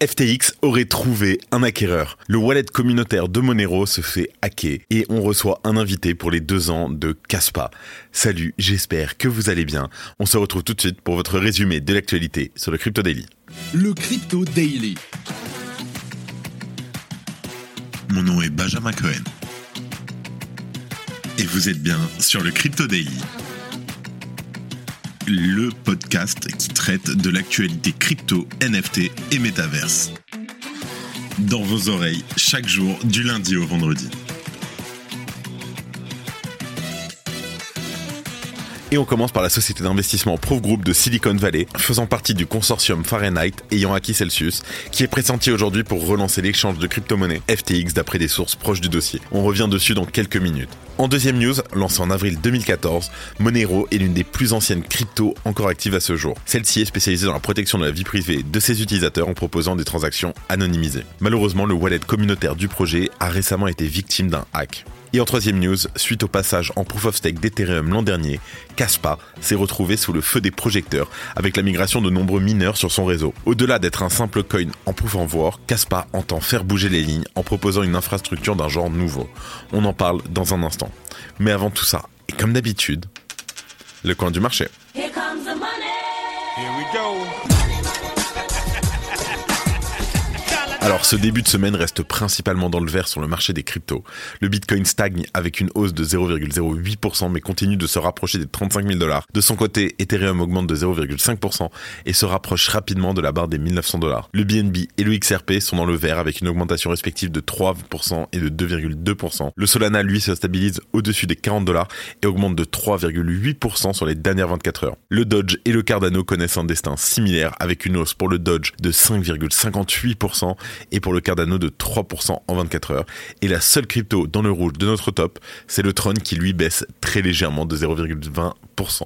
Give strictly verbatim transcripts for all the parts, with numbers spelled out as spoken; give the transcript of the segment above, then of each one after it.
F T X aurait trouvé un acquéreur. Le wallet communautaire de Monero se fait hacker et on reçoit un invité pour les deux ans de Kaspa. Salut, j'espère que vous allez bien. On se retrouve tout de suite pour votre résumé de l'actualité sur le Crypto Daily. Le Crypto Daily. Mon nom est Benjamin Cohen. Et vous êtes bien sur le Crypto Daily. Le podcast qui traite de l'actualité crypto, N F T et métaverse. Dans vos oreilles, chaque jour, du lundi au vendredi. Et on commence par la société d'investissement Proof Group de Silicon Valley, faisant partie du consortium Fahrenheit ayant acquis Celsius, qui est pressenti aujourd'hui pour relancer l'échange de crypto-monnaies F T X d'après des sources proches du dossier. On revient dessus dans quelques minutes. En deuxième news, lancée en avril deux mille quatorze, Monero est l'une des plus anciennes cryptos encore actives à ce jour. Celle-ci est spécialisée dans la protection de la vie privée de ses utilisateurs en proposant des transactions anonymisées. Malheureusement, le wallet communautaire du projet a récemment été victime d'un hack. Et en troisième news, suite au passage en Proof of Stake d'Ethereum l'an dernier, Kaspa s'est retrouvé sous le feu des projecteurs avec la migration de nombreux mineurs sur son réseau. Au-delà d'être un simple coin en Proof of Work, Kaspa entend faire bouger les lignes en proposant une infrastructure d'un genre nouveau. On en parle dans un instant. Mais avant tout ça, et comme d'habitude, le coin du marché. Here comes the money. Here we go. Alors ce début de semaine reste principalement dans le vert sur le marché des cryptos. Le Bitcoin stagne avec une hausse de zéro virgule zéro huit pour cent mais continue de se rapprocher des trente-cinq mille dollars. De son côté, Ethereum augmente de zéro virgule cinq pour cent et se rapproche rapidement de la barre des mille neuf cents dollars. Le B N B et le X R P sont dans le vert avec une augmentation respective de trois pour cent et de deux virgule deux pour cent. Le Solana, lui, se stabilise au-dessus des quarante dollars et augmente de trois virgule huit pour cent sur les dernières vingt-quatre heures. Le Doge et le Cardano connaissent un destin similaire avec une hausse pour le Doge de cinq virgule cinquante-huit pour cent et pour le Cardano de trois pour cent en vingt-quatre heures. Et la seule crypto dans le rouge de notre top, c'est le Tron qui lui baisse très légèrement de zéro virgule vingt pour cent.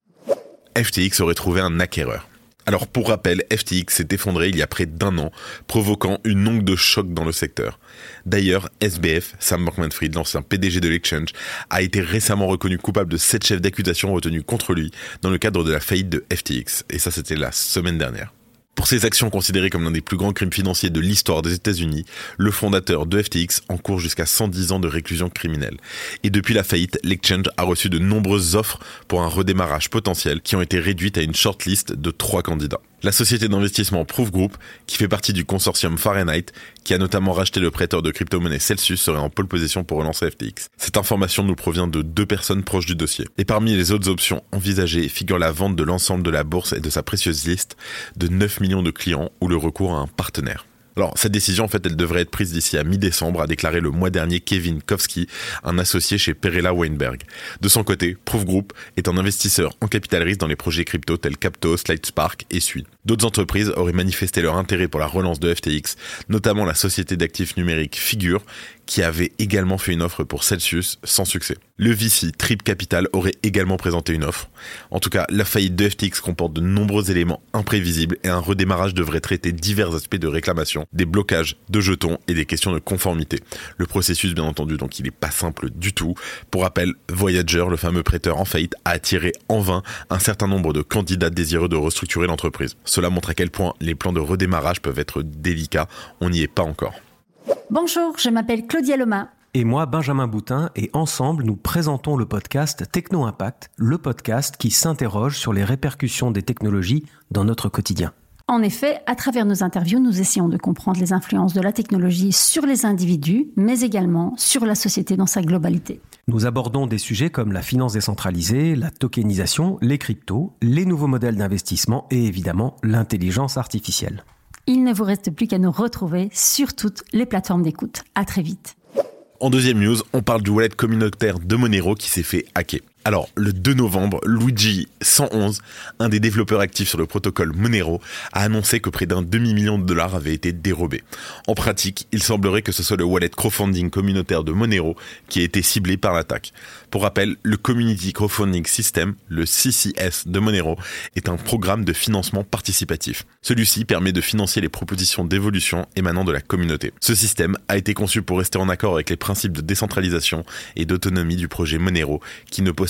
F T X aurait trouvé un acquéreur. Alors pour rappel, F T X s'est effondré il y a près d'un an, provoquant une onde de choc dans le secteur. D'ailleurs, S B F, Sam Bankman-Fried, l'ancien P D G de l'exchange, a été récemment reconnu coupable de sept chefs d'accusation retenus contre lui dans le cadre de la faillite de F T X. Et ça, c'était la semaine dernière. Pour ces actions considérées comme l'un des plus grands crimes financiers de l'histoire des États-Unis, le fondateur de F T X encourt jusqu'à cent dix ans de réclusion criminelle. Et depuis la faillite, l'exchange a reçu de nombreuses offres pour un redémarrage potentiel qui ont été réduites à une shortlist de trois candidats. La société d'investissement Proof Group, qui fait partie du consortium Fahrenheit, qui a notamment racheté le prêteur de crypto-monnaie Celsius, serait en pole position pour relancer F T X. Cette information nous provient de deux personnes proches du dossier. Et parmi les autres options envisagées figure la vente de l'ensemble de la bourse et de sa précieuse liste de neuf millions de clients ou le recours à un partenaire. Alors, cette décision, en fait, elle devrait être prise d'ici à mi-décembre, a déclaré le mois dernier Kevin Kofsky, un associé chez Perella Weinberg. De son côté, Proof Group est un investisseur en capital risque dans les projets crypto tels Captos, Lightspark et Sui. D'autres entreprises auraient manifesté leur intérêt pour la relance de F T X, notamment la société d'actifs numériques Figure, qui avait également fait une offre pour Celsius sans succès. Le V C Trip Capital aurait également présenté une offre. En tout cas, la faillite de F T X comporte de nombreux éléments imprévisibles et un redémarrage devrait traiter divers aspects de réclamation, des blocages de jetons et des questions de conformité. Le processus, bien entendu, donc il n'est pas simple du tout. Pour rappel, Voyager, le fameux prêteur en faillite, a attiré en vain un certain nombre de candidats désireux de restructurer l'entreprise. Cela montre à quel point les plans de redémarrage peuvent être délicats. On n'y est pas encore. Bonjour, je m'appelle Claudia Loma. Et moi, Benjamin Boutin, et ensemble, nous présentons le podcast Techno Impact, le podcast qui s'interroge sur les répercussions des technologies dans notre quotidien. En effet, à travers nos interviews, nous essayons de comprendre les influences de la technologie sur les individus, mais également sur la société dans sa globalité. Nous abordons des sujets comme la finance décentralisée, la tokenisation, les cryptos, les nouveaux modèles d'investissement et évidemment l'intelligence artificielle. Il ne vous reste plus qu'à nous retrouver sur toutes les plateformes d'écoute. À très vite. En deuxième news, on parle du wallet communautaire de Monero qui s'est fait hacker. Alors, le deux novembre, Luigi cent onze, un des développeurs actifs sur le protocole Monero, a annoncé que près d'un demi-million de dollars avait été dérobé. En pratique, il semblerait que ce soit le wallet crowdfunding communautaire de Monero qui a été ciblé par l'attaque. Pour rappel, le Community Crowdfunding System, le C C S de Monero, est un programme de financement participatif. Celui-ci permet de financer les propositions d'évolution émanant de la communauté. Ce système a été conçu pour rester en accord avec les principes de décentralisation et d'autonomie du projet Monero, qui ne possède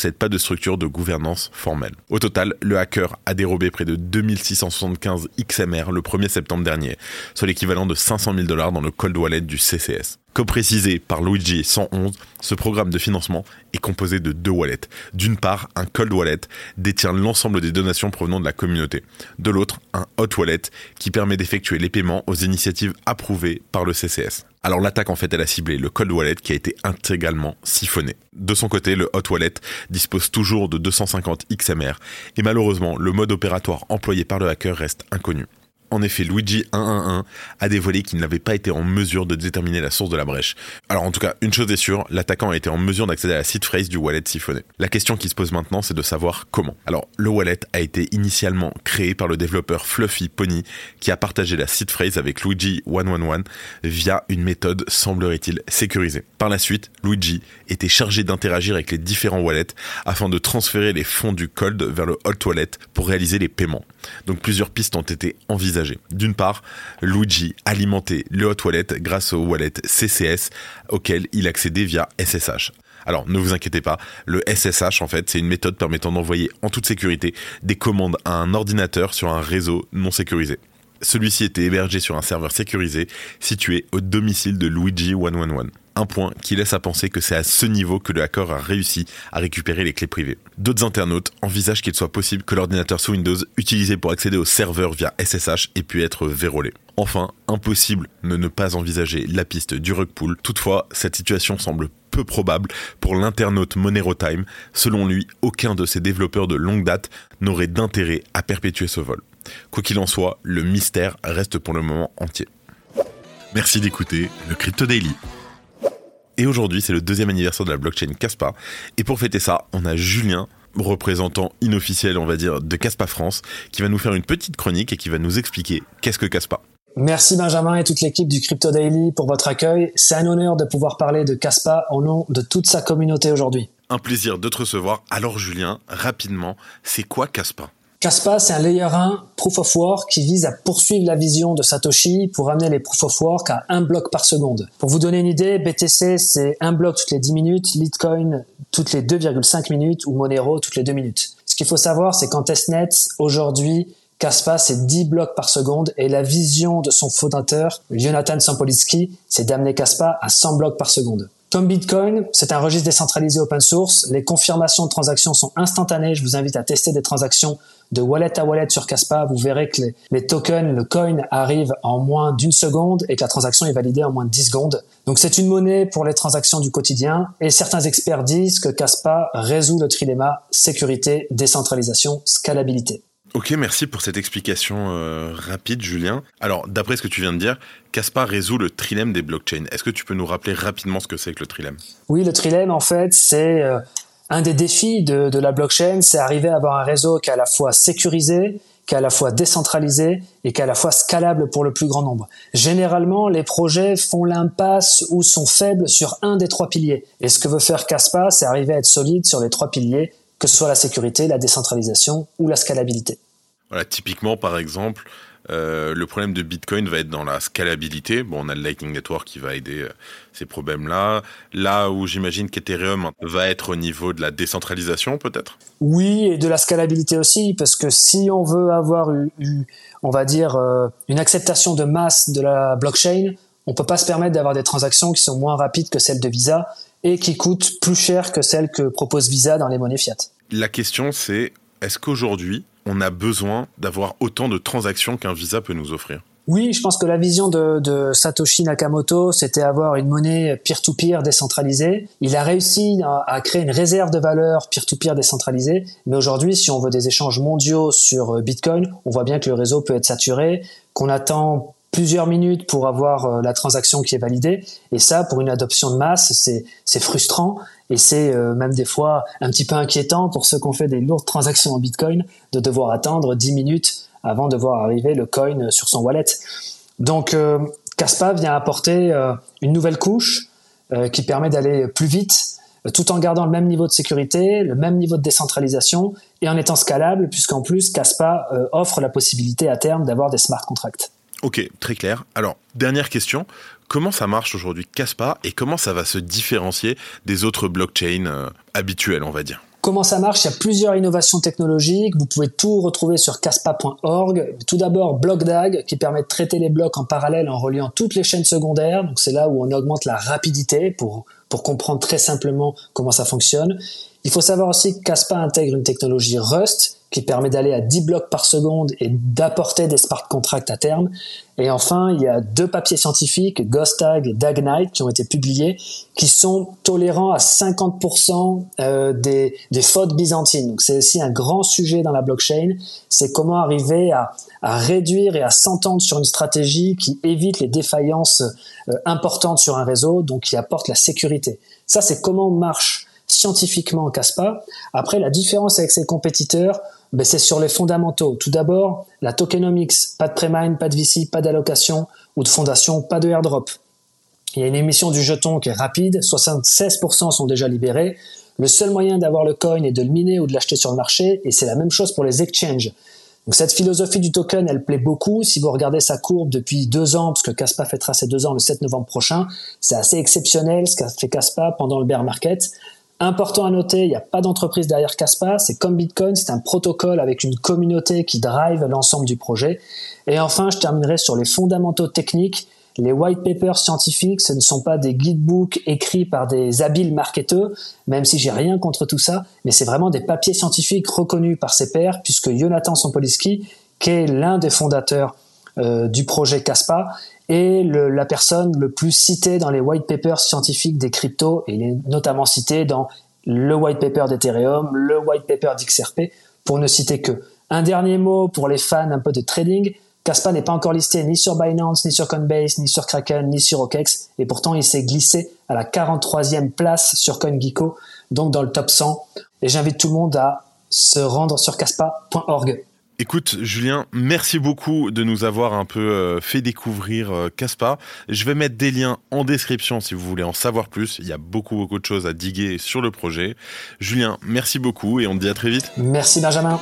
possède pas de structure de gouvernance formelle. Au total, le hacker a dérobé près de deux mille six cent soixante-quinze X M R le premier septembre dernier, soit l'équivalent de cinq cent mille dollars dans le cold wallet du C C S. Comme précisé par Luigi cent onze, ce programme de financement est composé de deux wallets. D'une part, un cold wallet détient l'ensemble des donations provenant de la communauté. De l'autre, un hot wallet qui permet d'effectuer les paiements aux initiatives approuvées par le C C S. Alors l'attaque en fait elle a ciblé le cold wallet qui a été intégralement siphonné. De son côté, le hot wallet dispose toujours de deux cent cinquante X M R et malheureusement le mode opératoire employé par le hacker reste inconnu. En effet, Luigi cent onze a dévoilé qu'il n'avait pas été en mesure de déterminer la source de la brèche. Alors en tout cas, une chose est sûre, l'attaquant a été en mesure d'accéder à la seed phrase du wallet siphonné. La question qui se pose maintenant, c'est de savoir comment. Alors, le wallet a été initialement créé par le développeur Fluffy Pony qui a partagé la seed phrase avec Luigi cent onze via une méthode, semblerait-il, sécurisée. Par la suite, Luigi était chargé d'interagir avec les différents wallets afin de transférer les fonds du cold vers le hot wallet pour réaliser les paiements. Donc plusieurs pistes ont été envisagées. D'une part, Luigi alimentait le hot wallet grâce au wallet C C S auquel il accédait via S S H. Alors, ne vous inquiétez pas, le S S H, en fait, c'est une méthode permettant d'envoyer en toute sécurité des commandes à un ordinateur sur un réseau non sécurisé. Celui-ci était hébergé sur un serveur sécurisé situé au domicile de Luigi cent onze. Un point qui laisse à penser que c'est à ce niveau que le hacker a réussi à récupérer les clés privées. D'autres internautes envisagent qu'il soit possible que l'ordinateur sous Windows utilisé pour accéder au serveur via S S H ait pu être vérolé. Enfin, impossible de ne pas envisager la piste du rug pull. Toutefois, cette situation semble peu probable pour l'internaute Monero Time. Selon lui, aucun de ces développeurs de longue date n'aurait d'intérêt à perpétuer ce vol. Quoi qu'il en soit, le mystère reste pour le moment entier. Merci d'écouter le Crypto Daily. Et aujourd'hui, c'est le deuxième anniversaire de la blockchain Kaspa. Et pour fêter ça, on a Julien, représentant inofficiel, on va dire, de Kaspa France, qui va nous faire une petite chronique et qui va nous expliquer qu'est-ce que Kaspa. Merci Benjamin et toute l'équipe du Crypto Daily pour votre accueil. C'est un honneur de pouvoir parler de Kaspa au nom de toute sa communauté aujourd'hui. Un plaisir de te recevoir. Alors Julien, rapidement, c'est quoi Kaspa ? Kaspa, c'est un layer un Proof of Work qui vise à poursuivre la vision de Satoshi pour amener les Proof of Work à un bloc par seconde. Pour vous donner une idée, B T C, c'est un bloc toutes les dix minutes, Litecoin toutes les deux virgule cinq minutes ou Monero toutes les deux minutes. Ce qu'il faut savoir, c'est qu'en testnet, aujourd'hui, Kaspa, c'est dix blocs par seconde et la vision de son fondateur, Jonathan Sampolitsky, c'est d'amener Kaspa à cent blocs par seconde. Comme Bitcoin, c'est un registre décentralisé open source. Les confirmations de transactions sont instantanées. Je vous invite à tester des transactions de wallet à wallet sur Kaspa. Vous verrez que les, les tokens, le coin arrive en moins d'une seconde et que la transaction est validée en moins de dix secondes. Donc c'est une monnaie pour les transactions du quotidien et certains experts disent que Kaspa résout le trilemma sécurité, décentralisation, scalabilité. Ok, merci pour cette explication euh, rapide, Julien. Alors, d'après ce que tu viens de dire, Kaspa résout le trilemme des blockchains. Est-ce que tu peux nous rappeler rapidement ce que c'est que le trilemme ? Oui, le trilemme, en fait, c'est euh, un des défis de, de la blockchain, c'est arriver à avoir un réseau qui est à la fois sécurisé, qui est à la fois décentralisé et qui est à la fois scalable pour le plus grand nombre. Généralement, les projets font l'impasse ou sont faibles sur un des trois piliers. Et ce que veut faire Kaspa, c'est arriver à être solide sur les trois piliers, que ce soit la sécurité, la décentralisation ou la scalabilité. Voilà, typiquement, par exemple, euh, le problème de Bitcoin va être dans la scalabilité. Bon, on a le Lightning Network qui va aider euh, ces problèmes-là. Là où j'imagine qu'Ethereum va être au niveau de la décentralisation, peut-être ? Oui, et de la scalabilité aussi, parce que si on veut avoir eu, eu on va dire, euh, une acceptation de masse de la blockchain, on peut pas se permettre d'avoir des transactions qui sont moins rapides que celles de Visa et qui coûtent plus cher que celles que propose Visa dans les monnaies fiat. La question, c'est est-ce qu'aujourd'hui, on a besoin d'avoir autant de transactions qu'un Visa peut nous offrir ? Oui, je pense que la vision de, de Satoshi Nakamoto, c'était avoir une monnaie peer-to-peer décentralisée. Il a réussi à, à créer une réserve de valeur peer-to-peer décentralisée. Mais aujourd'hui, si on veut des échanges mondiaux sur Bitcoin, on voit bien que le réseau peut être saturé, qu'on attend plusieurs minutes pour avoir la transaction qui est validée. Et ça, pour une adoption de masse, c'est, c'est frustrant. Et c'est euh, même des fois un petit peu inquiétant pour ceux qui ont fait des lourdes transactions en Bitcoin de devoir attendre dix minutes avant de voir arriver le coin sur son wallet. Donc, euh, Kaspa vient apporter euh, une nouvelle couche euh, qui permet d'aller plus vite, euh, tout en gardant le même niveau de sécurité, le même niveau de décentralisation et en étant scalable, puisqu'en plus, Kaspa euh, offre la possibilité à terme d'avoir des smart contracts. Ok, très clair. Alors, dernière question. Comment ça marche aujourd'hui Kaspa et comment ça va se différencier des autres blockchains euh, habituelles, on va dire ? Comment ça marche? Il y a plusieurs innovations technologiques. Vous pouvez tout retrouver sur caspa point org. Tout d'abord, BlockDAG, qui permet de traiter les blocs en parallèle en reliant toutes les chaînes secondaires. Donc, c'est là où on augmente la rapidité pour, pour comprendre très simplement comment ça fonctionne. Il faut savoir aussi que Caspa intègre une technologie Rust qui permet d'aller à dix blocs par seconde et d'apporter des smart contracts à terme. Et enfin, il y a deux papiers scientifiques, GhostTag et DagKnight, qui ont été publiés, qui sont tolérants à cinquante pour cent euh, des, des fautes byzantines. Donc, c'est aussi un grand sujet dans la blockchain. C'est comment arriver à, à réduire et à s'entendre sur une stratégie qui évite les défaillances euh, importantes sur un réseau, donc qui apporte la sécurité. Ça, c'est comment marche scientifiquement Caspa. Après, la différence avec ses compétiteurs, ben, c'est sur les fondamentaux. Tout d'abord, la tokenomics, pas de pré-mine, pas de V C, pas d'allocation ou de fondation, pas de airdrop. Il y a une émission du jeton qui est rapide, soixante-seize pour cent sont déjà libérés. Le seul moyen d'avoir le coin est de le miner ou de l'acheter sur le marché, et c'est la même chose pour les exchanges. Donc cette philosophie du token, elle plaît beaucoup. Si vous regardez sa courbe depuis deux ans, parce que Caspa fêtera ses deux ans le sept novembre prochain, c'est assez exceptionnel ce qu'a fait Caspa pendant le bear market. Important à noter, il n'y a pas d'entreprise derrière Caspa, c'est comme Bitcoin, c'est un protocole avec une communauté qui drive l'ensemble du projet. Et enfin, je terminerai sur les fondamentaux techniques. Les white papers scientifiques, ce ne sont pas des guidebooks écrits par des habiles marketeurs, même si j'ai rien contre tout ça, mais c'est vraiment des papiers scientifiques reconnus par ses pairs, puisque Jonathan Sampoliski, qui est l'un des fondateurs euh, du projet Caspa, est le, la personne le plus citée dans les white papers scientifiques des cryptos, et il est notamment cité dans le white paper d'Ethereum, le white paper d'X R P, pour ne citer que. Un dernier mot pour les fans un peu de trading, Caspa n'est pas encore listé ni sur Binance, ni sur Coinbase, ni sur Kraken, ni sur O K E X, et pourtant il s'est glissé à la quarante-troisième place sur CoinGecko, donc dans le top cent, et j'invite tout le monde à se rendre sur caspa point org. Écoute, Julien, merci beaucoup de nous avoir un peu fait découvrir Caspa. Je vais mettre des liens en description si vous voulez en savoir plus. Il y a beaucoup, beaucoup de choses à diguer sur le projet. Julien, merci beaucoup et on te dit à très vite. Merci Benjamin.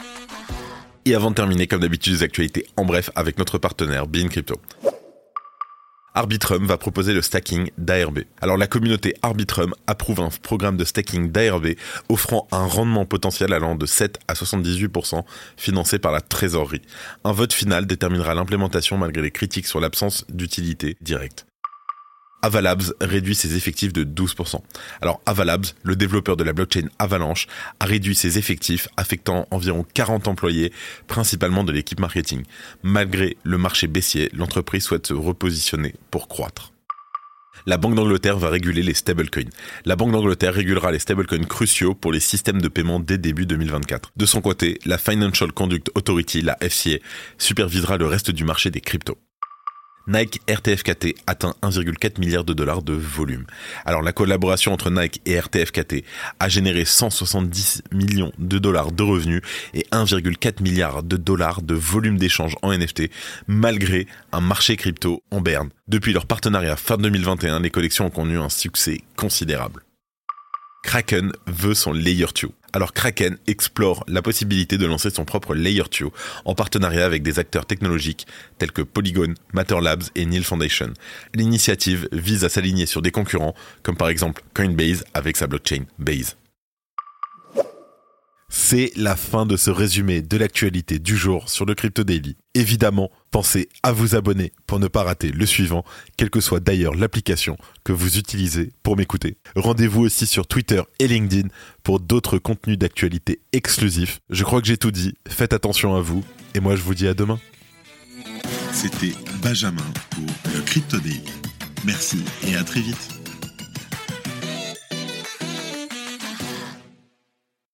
Et avant de terminer, comme d'habitude, les actualités en bref avec notre partenaire Bean Crypto. Arbitrum va proposer le stacking d'A R B. Alors la communauté Arbitrum approuve un programme de stacking d'A R B offrant un rendement potentiel allant de sept à soixante-dix-huit pour cent financé par la trésorerie. Un vote final déterminera l'implémentation malgré les critiques sur l'absence d'utilité directe. Avalabs réduit ses effectifs de douze pour cent. Alors Avalabs, le développeur de la blockchain Avalanche, a réduit ses effectifs affectant environ quarante employés, principalement de l'équipe marketing. Malgré le marché baissier, l'entreprise souhaite se repositionner pour croître. La Banque d'Angleterre va réguler les stablecoins. La Banque d'Angleterre régulera les stablecoins cruciaux pour les systèmes de paiement dès début deux mille vingt-quatre. De son côté, la Financial Conduct Authority, la F C A, supervisera le reste du marché des cryptos. Nike R T F K T atteint un virgule quatre milliard de dollars de volume. Alors la collaboration entre Nike et R T F K T a généré cent soixante-dix millions de dollars de revenus et un virgule quatre milliard de dollars de volume d'échange en N F T, malgré un marché crypto en berne. Depuis leur partenariat fin deux mille vingt et un, les collections ont connu un succès considérable. Kraken veut son Layer deux. Alors Kraken explore la possibilité de lancer son propre Layer deux en partenariat avec des acteurs technologiques tels que Polygon, Matter Labs et Neil Foundation. L'initiative vise à s'aligner sur des concurrents comme par exemple Coinbase avec sa blockchain Base. C'est la fin de ce résumé de l'actualité du jour sur le Crypto Daily. Évidemment, pensez à vous abonner pour ne pas rater le suivant, quelle que soit d'ailleurs l'application que vous utilisez pour m'écouter. Rendez-vous aussi sur Twitter et LinkedIn pour d'autres contenus d'actualité exclusifs. Je crois que j'ai tout dit, faites attention à vous, et moi je vous dis à demain. C'était Benjamin pour le Crypto Daily. Merci et à très vite.